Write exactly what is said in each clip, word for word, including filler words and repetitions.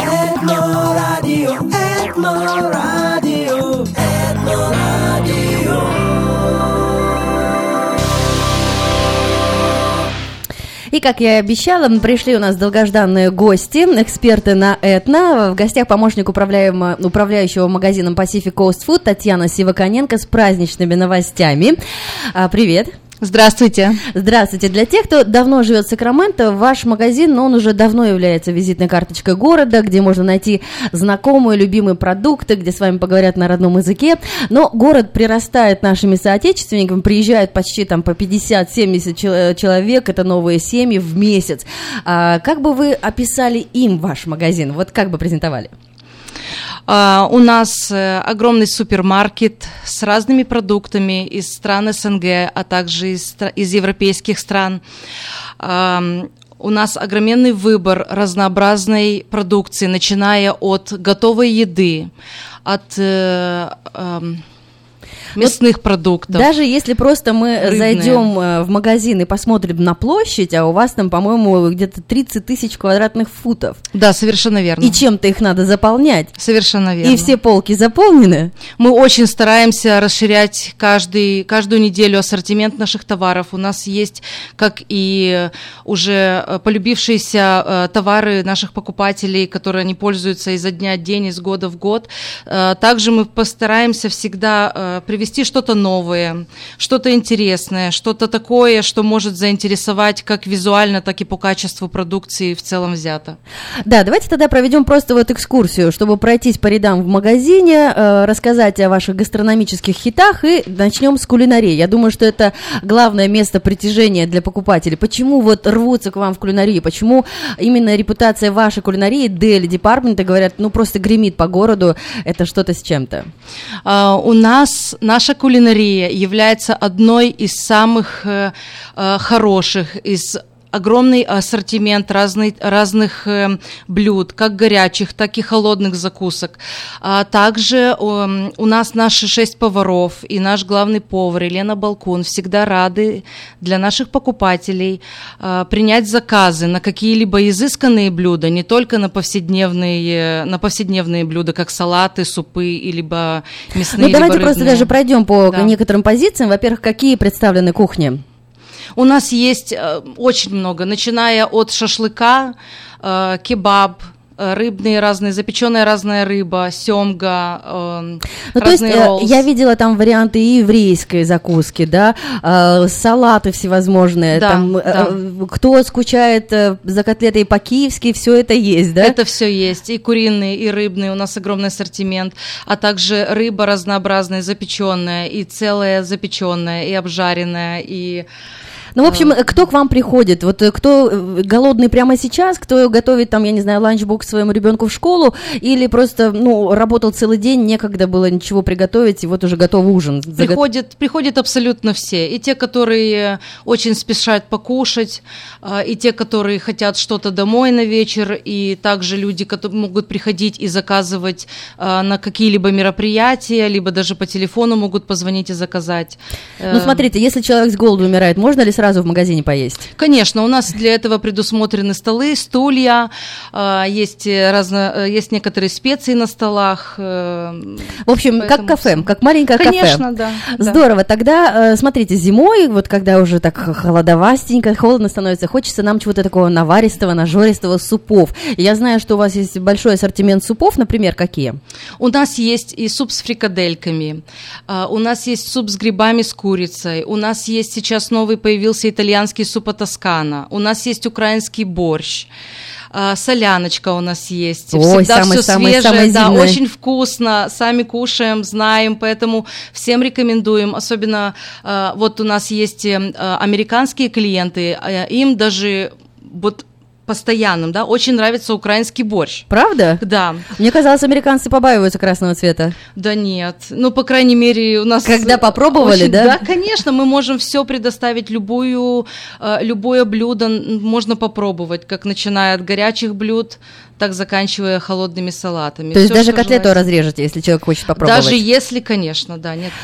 Этно радио, Этно радио, Этно радио. И, как я и обещала, пришли у нас долгожданные гости, эксперты на Этно. В гостях помощник управляющего магазином Pacific Coast Food Татьяна Сиваконенко с праздничными новостями. Привет. Здравствуйте. Здравствуйте. Для тех, кто давно живет в Сакраменто, ваш магазин, ну, он уже давно является визитной карточкой города, где можно найти знакомые, любимые продукты, где с вами поговорят на родном языке. Но город прирастает нашими соотечественниками, приезжают почти там по пятьдесят-семьдесят человек, это новые семьи в месяц. А как бы вы описали им ваш магазин? Вот как бы презентовали? Uh, у нас uh, огромный супермаркет с разными продуктами из стран СНГ, а также из, из европейских стран. Uh, у нас огроменный выбор разнообразной продукции, начиная от готовой еды, от uh, uh, мясных продуктов. Даже если просто мы рыбные. Зайдем в магазин и посмотрим на площадь, а у вас там, по-моему, где-то тридцать тысяч квадратных футов. Да, совершенно верно. И чем-то их надо заполнять. Совершенно верно. И все полки заполнены. Мы очень стараемся расширять каждый, каждую неделю ассортимент наших товаров. У нас есть, как и уже полюбившиеся товары наших покупателей, которые они пользуются изо дня в день, из года в год. Также мы постараемся всегда привести что-то новое, что-то интересное, что-то такое, что может заинтересовать как визуально, так и по качеству продукции в целом взято. Да, давайте тогда проведем просто вот экскурсию, чтобы пройтись по рядам в магазине, э, рассказать о ваших гастрономических хитах и начнем с кулинарии. Я думаю, что это главное место притяжения для покупателей. Почему вот рвутся к вам в кулинарии? Почему именно репутация вашей кулинарии, Deli Департмента, говорят, ну просто гремит по городу, это что-то с чем-то? Uh, у нас наша кулинария является одной из самых э, э, хороших, из огромный ассортимент разный, разных э, блюд, как горячих, так и холодных закусок. А также э, у нас наши шесть поваров и наш главный повар Елена Балкун всегда рады для наших покупателей э, принять заказы на какие-либо изысканные блюда, не только на повседневные, на повседневные блюда, как салаты, супы, и либо мясные, ну, давайте либо просто рыбные. даже пройдем по да. некоторым позициям. Во-первых, какие представлены кухни? У нас есть э, очень много, начиная от шашлыка, э, кебаб, э, рыбные разные, запеченная разная рыба, семга, э, ну, разные то есть, роллс. Я видела там варианты и еврейской закуски, да, э, салаты всевозможные, да, там, да. Э, кто скучает э, за котлетой по-киевски, все это есть, да? Это все есть, и куриные, и рыбные, у нас огромный ассортимент, а также рыба разнообразная, запеченная, и целая запеченная, и обжаренная, и... Ну, в общем, кто к вам приходит? Вот кто голодный прямо сейчас, кто готовит там, я не знаю, ланчбокс своему ребенку в школу, или просто, ну, работал целый день, некогда было ничего приготовить, и вот уже готов ужин. Приходят, приходят абсолютно все. И те, которые очень спешат покушать, и те, которые хотят что-то домой на вечер, и также люди, которые могут приходить и заказывать на какие-либо мероприятия, либо даже по телефону могут позвонить и заказать. Ну, смотрите, если человек с голоду умирает, можно ли сразу в магазине поесть? Конечно, у нас для этого предусмотрены столы, стулья, есть, разно, есть некоторые специи на столах. В общем, как кафе, как маленькое Конечно, кафе. Да, здорово. Да. Тогда, смотрите, зимой, вот когда уже так холодовастенько, холодно становится, хочется нам чего-то такого наваристого, нажористого, супов. Я знаю, что у вас есть большой ассортимент супов, например, какие? У нас есть и суп с фрикадельками, у нас есть суп с грибами с курицей, у нас есть сейчас новый появился итальянский суп тоскана, у нас есть украинский борщ, соляночка у нас есть, Ой, всегда самый, все самый, свежее, самый да, зимний. Очень вкусно, сами кушаем, знаем, поэтому всем рекомендуем, особенно вот у нас есть американские клиенты, им даже вот постоянным, да, очень нравится украинский борщ. Правда? Да. Мне казалось, американцы побаиваются красного цвета. Да нет, ну, по крайней мере, у нас... Когда попробовали, очень, да? Да, конечно, мы можем все предоставить, любую, любое блюдо можно попробовать, как начиная от горячих блюд, так заканчивая холодными салатами. То есть Всё, даже что котлету желаете. разрежете, если человек хочет попробовать? Даже если, конечно, да, нет проблем.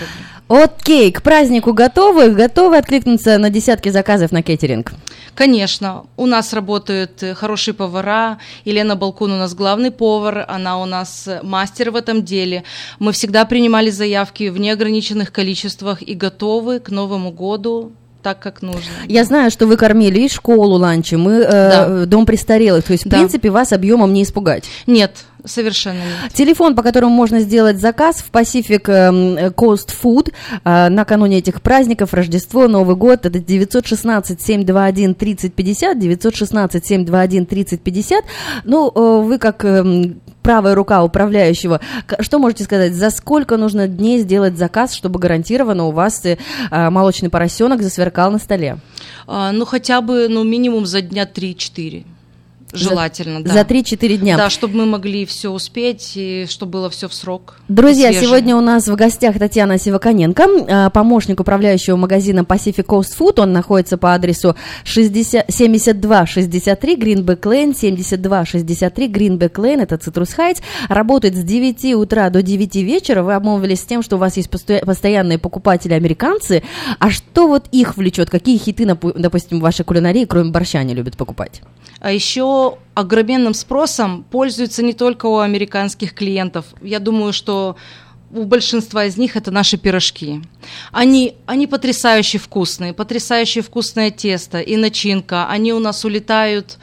Окей, к празднику готовы? Готовы откликнуться на десятки заказов на кейтеринг? Конечно, у нас работают хорошие повара. Елена Балкун у нас главный повар, она у нас мастер в этом деле. Мы всегда принимали заявки в неограниченных количествах и готовы к Новому году так, как нужно. Я знаю, что вы кормили и школу ланчем, и э, да. дом престарелых, то есть, в да. принципе, вас объемом не испугать. Нет, совершенно нет. Телефон, по которому можно сделать заказ в Pacific Coast Food э, накануне этих праздников, Рождество, Новый год, это девятьсот шестнадцать семь два один тридцать пятьдесят, девятьсот шестнадцать семь два один тридцать пятьдесят. Ну, э, вы как э, правая рука управляющего, что можете сказать, за сколько нужно дней сделать заказ, чтобы гарантированно у вас э, молочный поросенок засверкал на столе? А, ну, хотя бы, ну, минимум за дня три-четыре. Желательно, за, да. За три-четыре дня. Да, чтобы мы могли все успеть, и чтобы было все в срок. Друзья, сегодня у нас в гостях Татьяна Сиваконенко, помощник управляющего магазина Pacific Coast Food. Он находится по адресу шестьдесят, семьдесят два шестьдесят три Greenback Lane, семьдесят два шестьдесят три Greenback Lane, это Citrus Heights. Работает с девяти утра до девяти вечера. Вы обмолвились с тем, что у вас есть постоянные покупатели американцы. А что вот их влечет? Какие хиты, допустим, в вашей кулинарии, кроме борща, они любят покупать? А еще огроменным спросом пользуются не только у американских клиентов. Я думаю, что у большинства из них это наши пирожки. Они, они потрясающе вкусные, потрясающе вкусное тесто и начинка. Они у нас улетают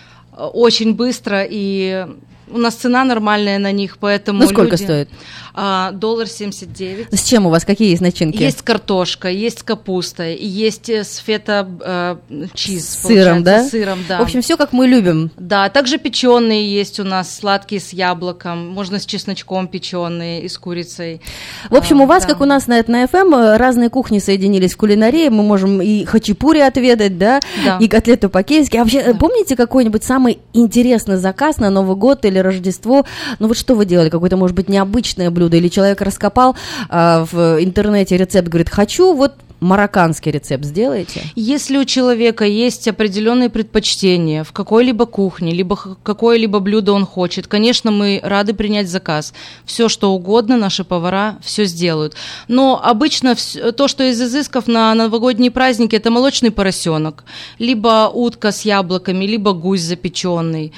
очень быстро, и у нас цена нормальная на них, поэтому... Ну, сколько люди... стоит? А, доллар семьдесят девять. С чем у вас? Какие есть начинки? Есть картошка, есть капуста, есть с фета э, чиз. С сыром, да? С сыром, да. В общем, все как мы любим. Да, также печеные есть у нас, сладкие с яблоком, можно с чесночком печеные и с курицей. В общем, а, у вас, да. как у нас на эф эм, разные кухни соединились в кулинарии. Мы можем и хачапури отведать, да, да. и котлету по-киевски. А вообще, да. помните какой-нибудь самый интересный заказ на Новый год или Рождество? Ну вот что вы делали? Какое-то, может быть, необычное блюдо? Или человек раскопал а, в интернете рецепт, говорит, хочу вот марокканский рецепт, сделаете? Если у человека есть определенные предпочтения в какой-либо кухне, либо какое-либо блюдо он хочет, конечно, мы рады принять заказ. Все, что угодно, наши повара все сделают. Но обычно то, что из изысков на новогодние праздники, это молочный поросенок, либо утка с яблоками, либо гусь запеченный.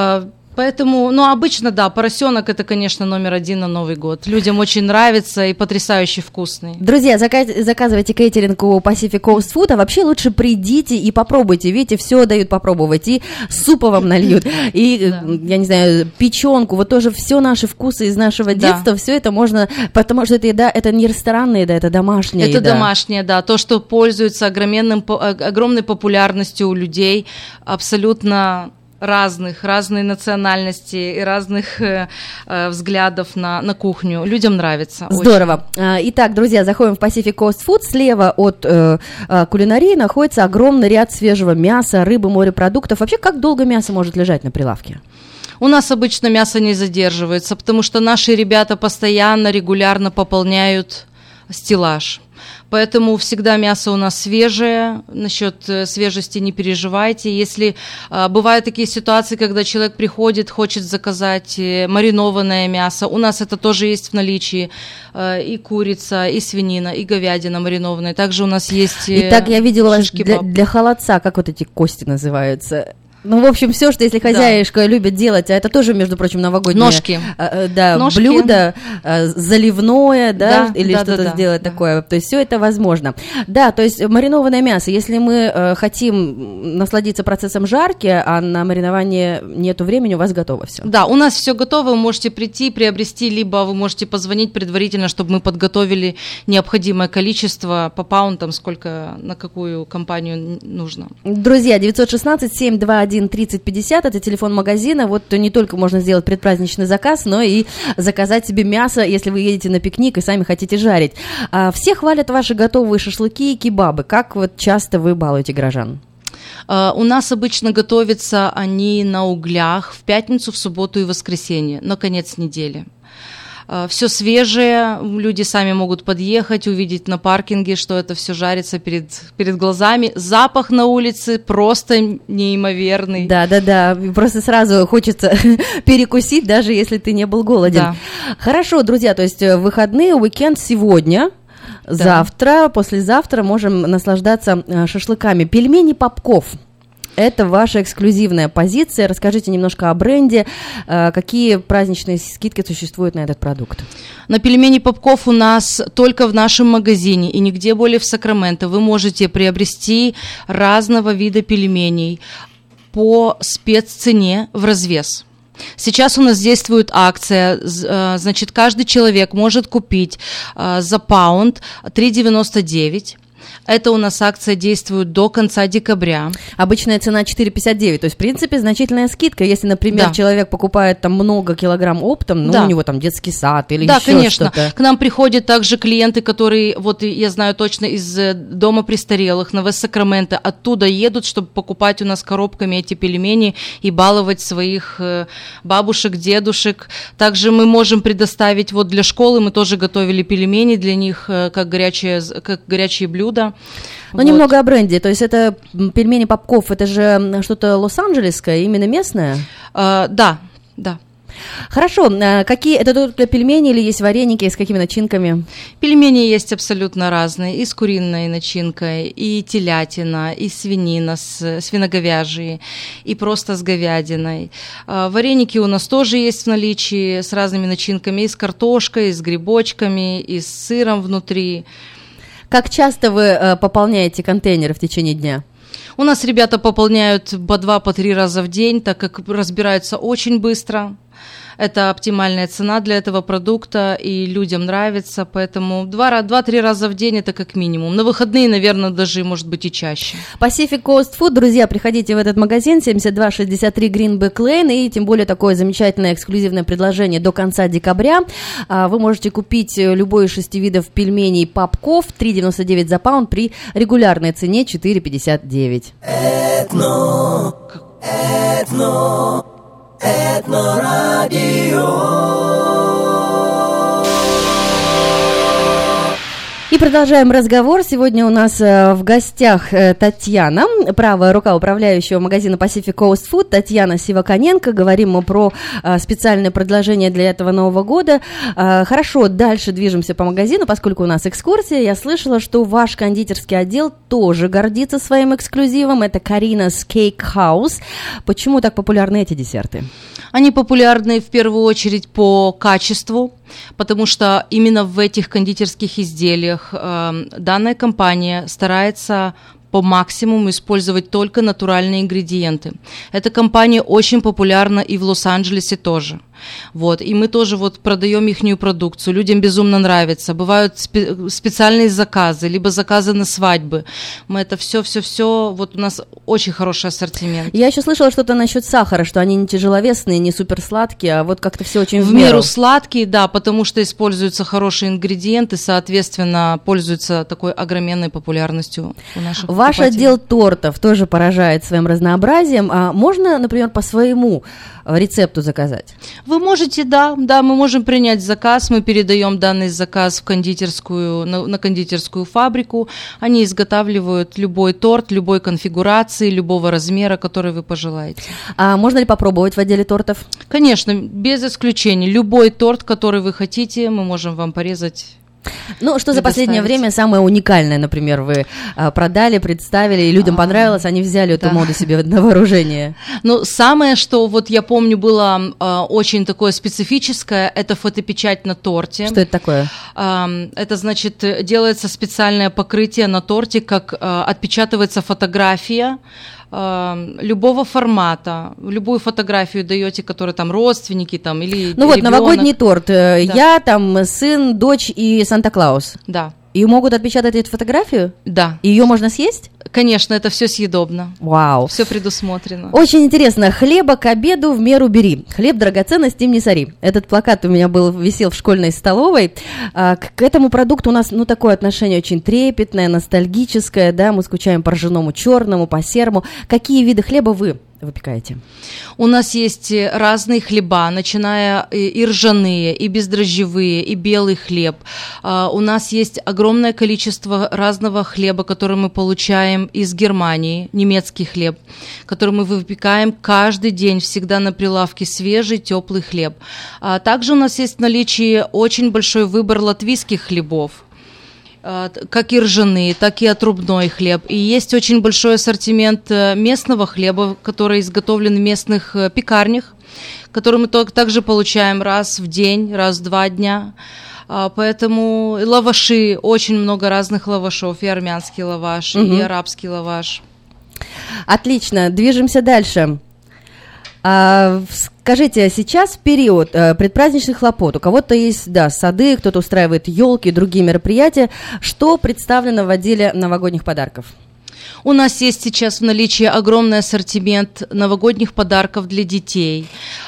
Поэтому, ну, обычно, да, поросенок это, конечно, номер один на Новый год. Людям очень нравится и потрясающе вкусный. Друзья, заказ- заказывайте кейтеринг у Pacific Coast Food, а вообще лучше придите и попробуйте. Видите, все дают попробовать. И супа вам нальют, и, да. я не знаю, печенку. Вот тоже все наши вкусы из нашего детства, да. все это можно, потому что это еда, это не ресторанная еда, это домашняя это еда. Это домашняя, да. То, что пользуется огромным, огромной популярностью у людей, абсолютно... разных, разной национальности и разных э, э, взглядов на, на кухню. Людям нравится. Здорово. Очень. Итак, друзья, заходим в Pacific Coast Food. Слева от э, э, кулинарии находится огромный ряд свежего мяса, рыбы, морепродуктов. Вообще, как долго мясо может лежать на прилавке? У нас обычно мясо не задерживается, потому что наши ребята постоянно, регулярно пополняют стеллаж. Поэтому всегда мясо у нас свежее, насчет свежести не переживайте. Если а, бывают такие ситуации, когда человек приходит, хочет заказать маринованное мясо, у нас это тоже есть в наличии, а, и курица, и свинина, и говядина маринованная. Также у нас есть Итак, я видела для, для холодца, как вот эти кости называются. Ну, в общем, все, что если хозяюшка да. любит делать, а это тоже, между прочим, новогоднее Ножки. Э, да, Ножки. блюдо, э, заливное, да, да или да, что-то да, сделать да. такое. То есть все это возможно. Да, то есть маринованное мясо, если мы э, хотим насладиться процессом жарки, а на маринование нету времени, у вас готово все. Да, у нас все готово, вы можете прийти, приобрести, либо вы можете позвонить предварительно, чтобы мы подготовили необходимое количество по паунтам, сколько на какую компанию нужно. Друзья, девятьсот шестнадцать семь два один тридцать пятьдесят, это телефон магазина. Вот не только можно сделать предпраздничный заказ, но и заказать себе мясо, если вы едете на пикник и сами хотите жарить. А, все хвалят ваши готовые шашлыки и кебабы. Как вот часто вы балуете горожан? Uh, у нас обычно готовятся они на углях в пятницу, в субботу и воскресенье, на конец недели. Все свежее, люди сами могут подъехать, увидеть на паркинге, что это все жарится перед, перед глазами. Запах на улице просто неимоверный. Да-да-да, просто сразу хочется перекусить, даже если ты не был голоден. Да. Хорошо, друзья, то есть выходные, уикенд сегодня. Завтра, послезавтра можем наслаждаться э, шашлыками. Пельмени Попков. Это ваша эксклюзивная позиция. Расскажите немножко о бренде. Э, какие праздничные скидки существуют на этот продукт? На пельмени Попков у нас только в нашем магазине и нигде более в Сакраменто. Вы можете приобрести разного вида пельменей по спеццене в развес. Сейчас у нас действует акция, значит, каждый человек может купить за паунд три девяносто девять. Это у нас акция действует до конца декабря. Обычная цена четыре пятьдесят девять, то есть, в принципе, значительная скидка. Если, например, да. человек покупает там много килограмм оптом, ну, да. у него там детский сад или да, еще конечно. что-то. К нам приходят также клиенты, которые, вот я знаю точно, из дома престарелых на Вест-Сакраменто, оттуда едут, чтобы покупать у нас коробками эти пельмени и баловать своих бабушек, дедушек. Также мы можем предоставить, вот для школы мы тоже готовили пельмени для них, как горячие, как горячие блюда. Ну, вот. Немного о бренде. То есть это пельмени Попков, это же что-то лос-анджелесское, именно местное? А, да, да. Хорошо. Какие это только пельмени или есть вареники с какими начинками? Пельмени есть абсолютно разные. И с куриной начинкой, и телятина, и свинина, с, свиноговяжьи, и просто с говядиной. А, вареники у нас тоже есть в наличии с разными начинками, и с картошкой, и с грибочками, и с сыром внутри. Как часто вы э, пополняете контейнеры в течение дня? У нас ребята пополняют по два, по три раза в день, так как разбираются очень быстро. Это оптимальная цена для этого продукта, и людям нравится, поэтому два-три раза в день это как минимум. На выходные, наверное, даже, может быть, и чаще. Pacific Coast Food, друзья, приходите в этот магазин, семьдесят два шестьдесят три Greenback Lane, и тем более такое замечательное эксклюзивное предложение до конца декабря. Вы можете купить любой из шести видов пельменей Попков, три девяносто девять за паунд при регулярной цене четыре пятьдесят девять. Этно, этно. Этнорадио. И продолжаем разговор. Сегодня у нас э, в гостях э, Татьяна, правая рука управляющего магазина Pacific Coast Food, Татьяна Сиваконенко. Говорим мы про э, специальное предложение для этого Нового года. Э, хорошо, дальше движемся по магазину, поскольку у нас экскурсия. Я слышала, что ваш кондитерский отдел тоже гордится своим эксклюзивом. Это Каринас Cake House. Почему так популярны эти десерты? Они популярны в первую очередь по качеству, потому что именно в этих кондитерских изделиях э, данная компания старается по максимуму использовать только натуральные ингредиенты. Эта компания очень популярна и в Лос-Анджелесе тоже. Вот. И мы тоже вот продаем ихнюю продукцию, людям безумно нравится. Бывают спе- специальные заказы, либо заказы на свадьбы. Мы это все-все-все, вот у нас очень хороший ассортимент. Я еще слышала что-то насчет сахара, что они не тяжеловесные, не суперсладкие, а вот как-то все очень в, в меру. меру сладкие, да, потому что используются хорошие ингредиенты, соответственно, пользуются такой огроменной популярностью у наших покупателей. Ваш отдел тортов тоже поражает своим разнообразием. А можно, например, по своему рецепту заказать? Вы можете, да, да, мы можем принять заказ, мы передаем данный заказ в кондитерскую, на, на кондитерскую фабрику, они изготавливают любой торт, любой конфигурации, любого размера, который вы пожелаете. А можно ли попробовать в отделе тортов? Конечно, без исключения, любой торт, который вы хотите, мы можем вам порезать. Ну, что за последнее время самое уникальное, например, вы а, продали, представили, и людям а, понравилось, они взяли эту да. моду себе на вооружение? Ну, самое, что вот я помню было а, очень такое специфическое, это фотопечать на торте. Что это такое? А, это, значит, делается специальное покрытие на торте, как а, отпечатывается фотография, любого формата, любую фотографию даете, которые там родственники там или ну вот ребенок. Новогодний торт, да. я там сын, дочь и Санта-Клаус. Да. И могут отпечатать эту фотографию? Да. Ее можно съесть? Конечно, это все съедобно. Вау. Все предусмотрено. Очень интересно. Хлеба к обеду в меру бери. Хлеб драгоценность им не сори. Этот плакат у меня был, висел в школьной столовой. А, к, к этому продукту у нас, ну, такое отношение очень трепетное, ностальгическое, да, мы скучаем по ржаному черному, по серому. Какие виды хлеба вы выпекаете? У нас есть разные хлеба, начиная и ржаные, и бездрожжевые, и белый хлеб. У нас есть огромное количество разного хлеба, который мы получаем из Германии, немецкий хлеб, который мы выпекаем каждый день, всегда на прилавке свежий, теплый хлеб. Также у нас есть в наличии очень большой выбор латвийских хлебов. как и ржаный, так и отрубной хлеб. И есть очень большой ассортимент местного хлеба, который изготовлен в местных пекарнях, который мы также получаем раз в день, раз в два дня. Поэтому лаваши, очень много разных лавашов, и армянский лаваш, угу. и арабский лаваш. Отлично, движемся дальше. А, скажите, сейчас период а, предпраздничных хлопот. У кого-то есть, да, сады, кто-то устраивает елки, другие мероприятия. Что представлено в отделе новогодних подарков? У нас есть сейчас в наличии огромный ассортимент новогодних подарков для детей.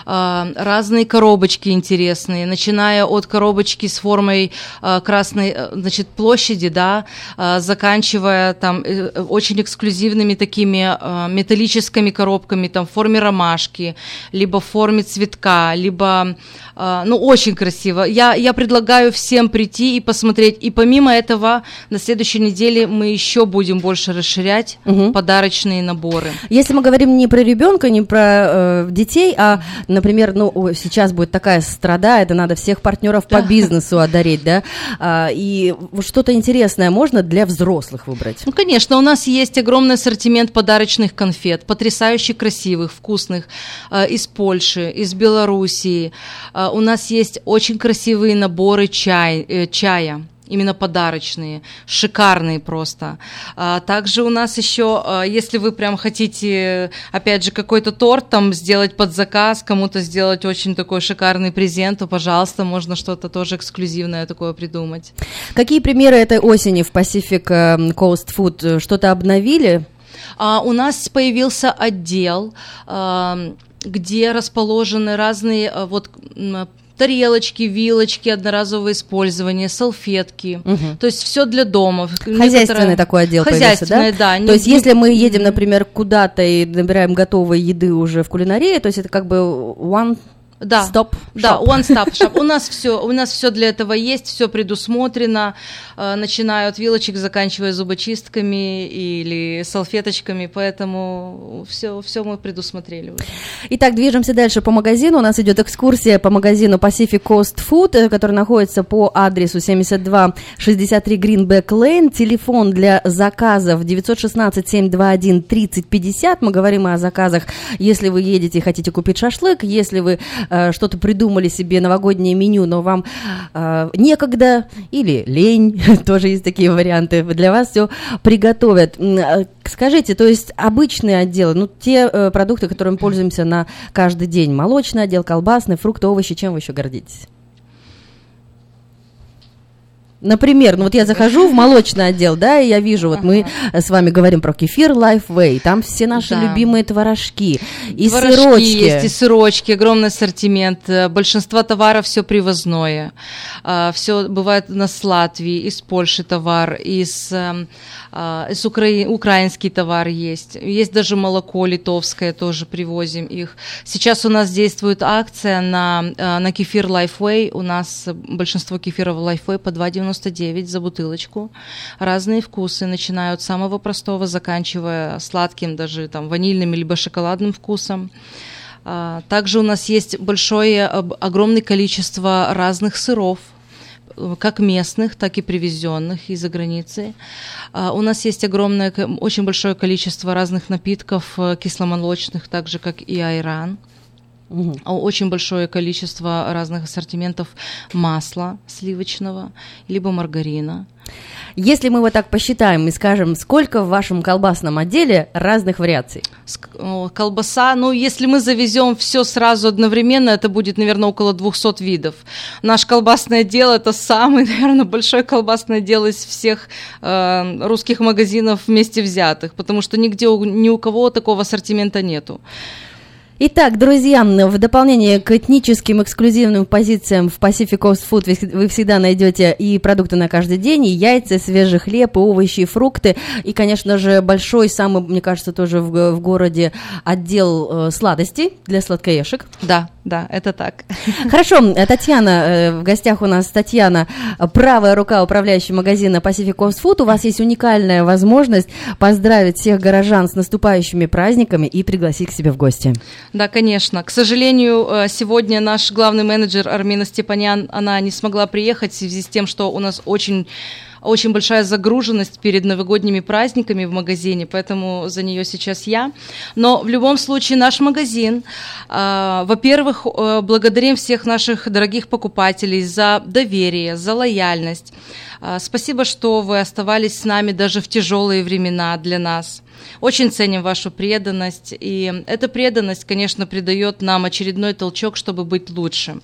Разные коробочки интересные, начиная от коробочки с формой красной, значит, площади, да, заканчивая там очень эксклюзивными такими металлическими коробками, там в форме ромашки, либо в форме цветка, либо, ну, очень красиво. Я, я предлагаю всем прийти и посмотреть. И помимо этого, на следующей неделе мы еще будем больше расширять угу. подарочные наборы. Если мы говорим не про ребенка, не про э, детей, а, например, ну, сейчас будет такая страда, это надо всех партнеров по бизнесу одарить, да, а, и что-то интересное можно для взрослых выбрать? Ну, конечно, у нас есть огромный ассортимент подарочных конфет, потрясающе красивых, вкусных, э, из Польши, из Белоруссии. Э, у нас есть очень красивые наборы чай, э, чая. Именно подарочные, шикарные просто. А, также у нас еще, а, если вы прям хотите, опять же, какой-то торт там сделать под заказ, кому-то сделать очень такой шикарный презент, то, пожалуйста, можно что-то тоже эксклюзивное такое придумать. Какие примеры этой осени в Pacific Coast Food? Что-то обновили? А, у нас появился отдел, а, где расположены разные а, вот тарелочки, вилочки, одноразовое использование, салфетки, угу. то есть все для дома. Хозяйственный Некоторые... такой отдел появился, да? да. То есть если мы едем, например, куда-то и набираем готовой еды уже в кулинарии, то есть это как бы one... Да, Stop да, one stop shop. У нас все, у нас все для этого есть, все предусмотрено, э, начиная от вилочек, заканчивая зубочистками или салфеточками, поэтому все, все мы предусмотрели уже. Итак, движемся дальше по магазину. У нас идет экскурсия по магазину Pacific Coast Food, который находится по адресу семьдесят два шестьдесят три Greenback Lane. Телефон для заказов девять один шесть семь два один тридцать пятьдесят. Мы говорим о заказах, если вы едете и хотите купить шашлык, если вы что-то придумали себе, новогоднее меню, но вам э, некогда или лень, тоже есть такие варианты, для вас все приготовят. Скажите, то есть обычные отделы, ну те э, продукты, которыми пользуемся на каждый день, молочный отдел, колбасный, фрукты, овощи, чем вы еще гордитесь? Например, ну вот я захожу в молочный отдел, да, и я вижу, вот ага. мы с вами говорим про кефир Lifeway, там все наши да. любимые творожки и творожки сырочки. есть, и сырочки, огромный ассортимент, большинство товаров все привозное, все бывает у нас с Латвии, из Польши товар, из, из Укра... украинский товар есть, есть даже молоко литовское, тоже привозим их. Сейчас у нас действует акция на, на кефир Lifeway, у нас большинство кефиров Lifeway по два девяносто девять за бутылочку. Разные вкусы, начиная от самого простого, заканчивая сладким, даже там ванильным либо шоколадным вкусом. Также у нас есть большое, огромное количество разных сыров, как местных, так и привезенных из-за границы. У нас есть огромное, очень большое количество разных напитков кисломолочных, так же как и айран. Угу. Очень большое количество разных ассортиментов масла сливочного, либо маргарина. Если мы вот так посчитаем и скажем, сколько в вашем колбасном отделе разных вариаций? Колбаса, ну, если мы завезем все сразу одновременно, это будет, наверное, около двухсот видов. Наш колбасный отдел – это самый, наверное, большой колбасный отдел из всех э, русских магазинов вместе взятых, потому что нигде, ни у кого такого ассортимента нету. Итак, друзья, в дополнение к этническим эксклюзивным позициям в Pacific Coast Food вы всегда найдете и продукты на каждый день, и яйца, и свежий хлеб, и овощи, и фрукты, и, конечно же, большой, самый, мне кажется, тоже в, в городе отдел э, сладостей для сладкоежек. Да, да, это так. Хорошо, Татьяна, э, в гостях у нас Татьяна, правая рука управляющего магазина Pacific Coast Food. У вас есть уникальная возможность поздравить всех горожан с наступающими праздниками и пригласить к себе в гости. Да, конечно. К сожалению, сегодня наш главный менеджер Армина Степанян, она не смогла приехать в связи с тем, что у нас очень очень большая загруженность перед новогодними праздниками в магазине, поэтому за нее сейчас я. Но в любом случае наш магазин, э, во-первых, э, благодарим всех наших дорогих покупателей за доверие, за лояльность. Э, спасибо, что вы оставались с нами даже в тяжелые времена для нас. Очень ценим вашу преданность, и эта преданность, конечно, придает нам очередной толчок, чтобы быть лучше.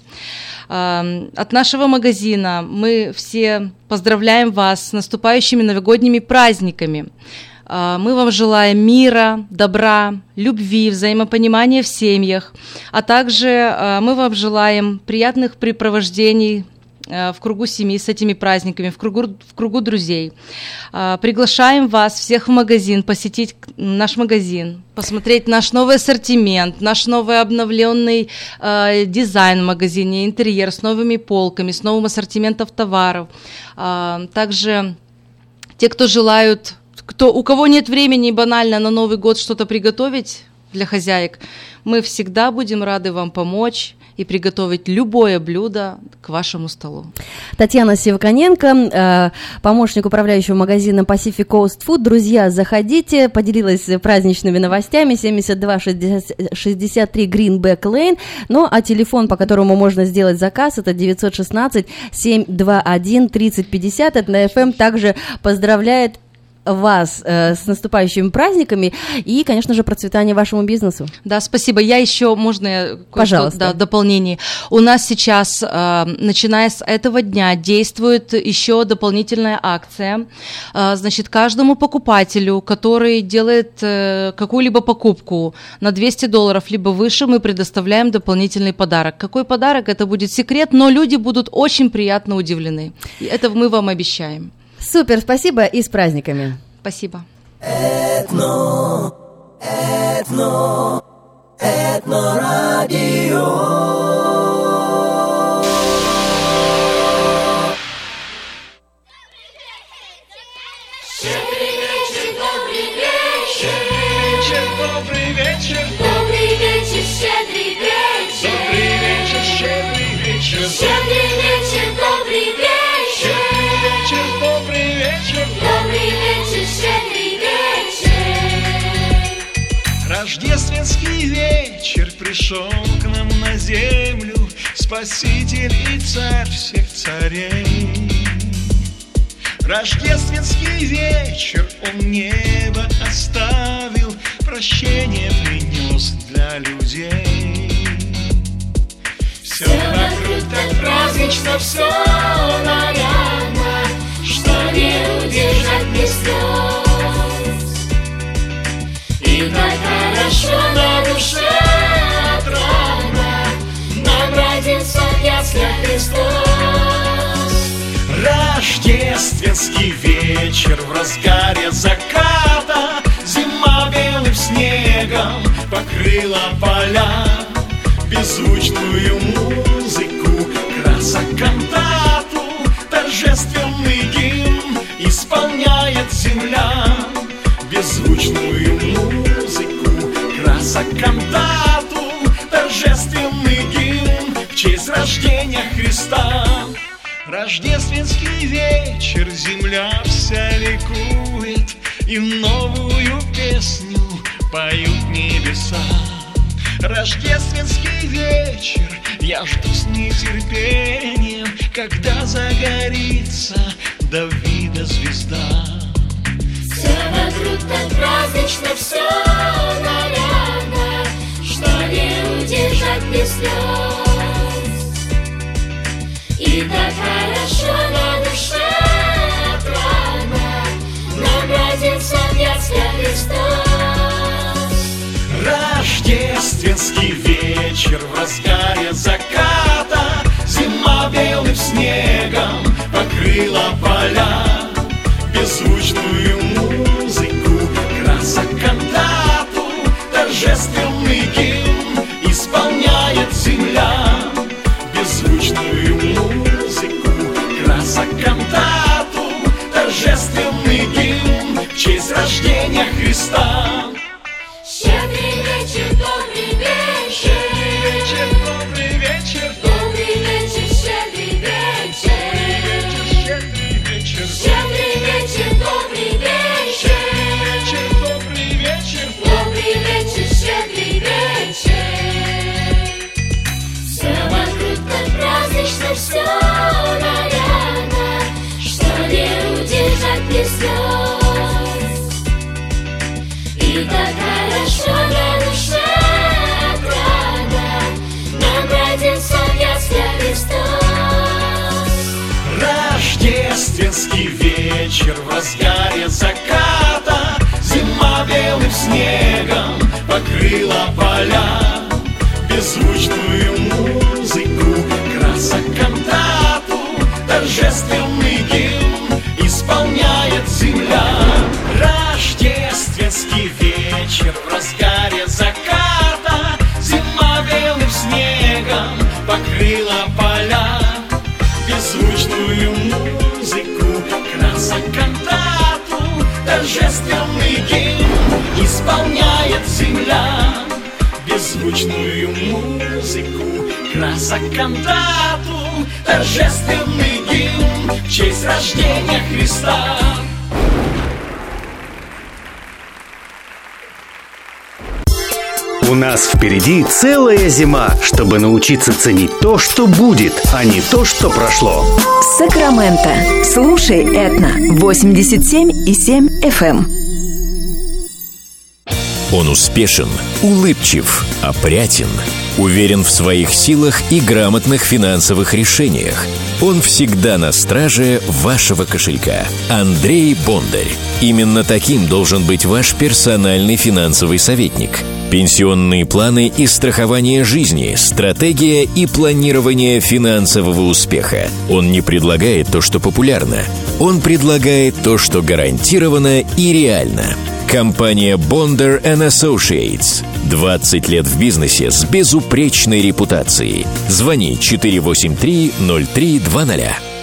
От нашего магазина мы все поздравляем вас с наступающими новогодними праздниками. Мы вам желаем мира, добра, любви, взаимопонимания в семьях, а также мы вам желаем приятных препровождений в кругу семьи с этими праздниками, в кругу, в кругу друзей. Приглашаем вас всех в магазин, посетить наш магазин, посмотреть наш новый ассортимент, наш новый обновленный э, дизайн в магазине, интерьер с новыми полками, с новым ассортиментом товаров. Э, также те, кто желают, кто, у кого нет времени банально на Новый год что-то приготовить для хозяек, мы всегда будем рады вам помочь и приготовить любое блюдо к вашему столу. Татьяна Сивоконенко, помощник управляющего магазина Pacific Coast Food. Друзья, заходите, поделилась праздничными новостями. семьдесят два шестьдесят три Greenback Lane. Ну, а телефон, по которому можно сделать заказ, это девять один шесть семь два один тридцать пятьдесят. Это на эф эм также поздравляет вас э, с наступающими праздниками и, конечно же, процветания вашему бизнесу. Да, спасибо. Я еще, можно Пожалуйста. Да, дополнение. У нас сейчас, э, начиная с этого дня, действует еще дополнительная акция. Э, значит, каждому покупателю, который делает э, какую-либо покупку на двести долларов либо выше, мы предоставляем дополнительный подарок. Какой подарок? Это будет секрет, но люди будут очень приятно удивлены. И это мы вам обещаем. Супер, спасибо и с праздниками. Спасибо. Этно, этно, этно-радио. Щедрый вечер, добрый вечер. Добрый вечер, добрый вечер, щедрый вечер. Добрый вечер, щедрый вечер. Щедрый вечер, добрый вечер. Добрый вечер, добрый вечер, щедрый вечер. Рождественский вечер пришел к нам на землю, Спаситель и Царь всех царей. Рождественский вечер Он небо оставил, прощение принес для людей. Все вокруг так празднично, все нарядно, что не удержать без слез. И так хорошо на душе отрадно, нам родился в яслях Христос. Рождественский вечер в разгаре заката, зима белым снегом покрыла поля. Беззвучную музыку, красокантату, торжественный гимн исполняет земля. Беззвучную музыку, красокантату, торжественный гимн в честь рождения Христа. Рождественский вечер, земля вся ликует, и новую песню поют небеса. Рождественский вечер я жду с нетерпением, когда загорится Давида звезда. Все вокруг так празднично, все нарядно, что не удержать без слез. И так хорошо на душе отрадно, нам родился в яслях Христос. Рождественский вечер в разгаре заката, зима белым снегом покрыла поля. Беззвучную музыку, красокантату, торжественный гимн исполняет земля. Беззвучную музыку, красокантату, торжественный гимн в честь рождения Христа. Щедрый вечер, добрый вечер. Добрый вечер, Добрый вечер, щедрый вечер. щедрый вечер. Щедрый разгаре заката. Зима белым снегом покрыла поля. Беззвучную музыку, красок кантату, торжественный гимн исполняет земля. Рождественский вечер в разгаре заката. Зима белым снегом покрыла поля. Беззвучную музыку, красок кантату, торжественный гимн исполняет земля. Беззвучную музыку, красок кантату, торжественный гимн в честь рождения Христа. У нас впереди целая зима, чтобы научиться ценить то, что будет, а не то, что прошло. Сакраменто. Слушай Этно. восемьдесят семь и семь эф эм. Он успешен, улыбчив, опрятен, уверен в своих силах и грамотных финансовых решениях. Он всегда на страже вашего кошелька. Андрей Бондарь. Именно таким должен быть ваш персональный финансовый советник. Пенсионные планы и страхование жизни, стратегия и планирование финансового успеха. Он не предлагает то, что популярно. Он предлагает то, что гарантировано и реально. Компания Bonder энд Associates. двадцать лет в бизнесе с безупречной репутацией. Звони четыре восемь три ноль три два ноль.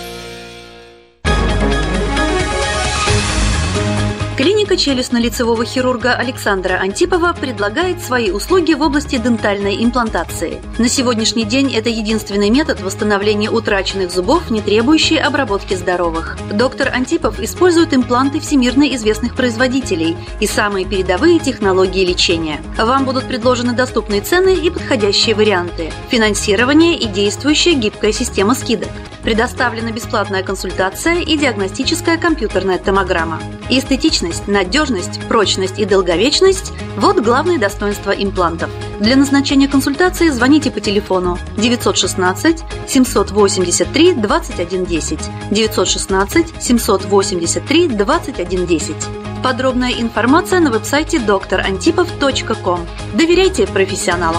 Клиника челюстно-лицевого хирурга Александра Антипова предлагает свои услуги в области дентальной имплантации. На сегодняшний день это единственный метод восстановления утраченных зубов, не требующий обработки здоровых. Доктор Антипов использует импланты всемирно известных производителей и самые передовые технологии лечения. Вам будут предложены доступные цены и подходящие варианты, финансирование и действующая гибкая система скидок. Предоставлена бесплатная консультация и диагностическая компьютерная томограмма. Эстетичность, надежность, прочность и долговечность – вот главные достоинства имплантов. Для назначения консультации звоните по телефону девятьсот шестнадцать семьсот восемьдесят три двадцать один десять, девятьсот шестнадцать семьсот восемьдесят три двадцать один десять. Подробная информация на веб-сайте доктор антипов точка ком. Доверяйте профессионалам.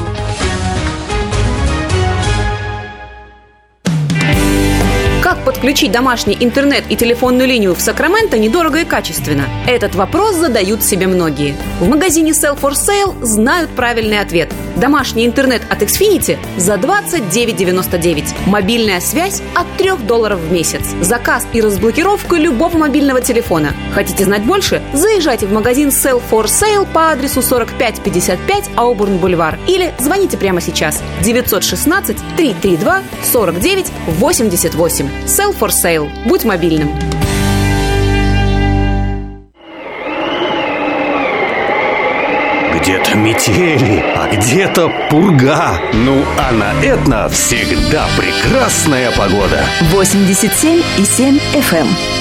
Как подключить домашний интернет и телефонную линию в Сакраменто недорого и качественно? Этот вопрос задают себе многие. В магазине Sell for Sale знают правильный ответ. Домашний интернет от Xfinity за двадцать девять девяносто девять. Мобильная связь от трех долларов в месяц. Заказ и разблокировка любого мобильного телефона. Хотите знать больше? Заезжайте в магазин Sell for Sale по адресу сорок пять пятьдесят пять Аубурн-Бульвар или звоните прямо сейчас девятьсот шестнадцать триста тридцать два сорок девять восемьдесят восемь. Sell for Sale. Будь мобильным. Где-то метели, а где-то пурга. Ну, а на Этно всегда прекрасная погода. восемьдесят семь и семь эф эм.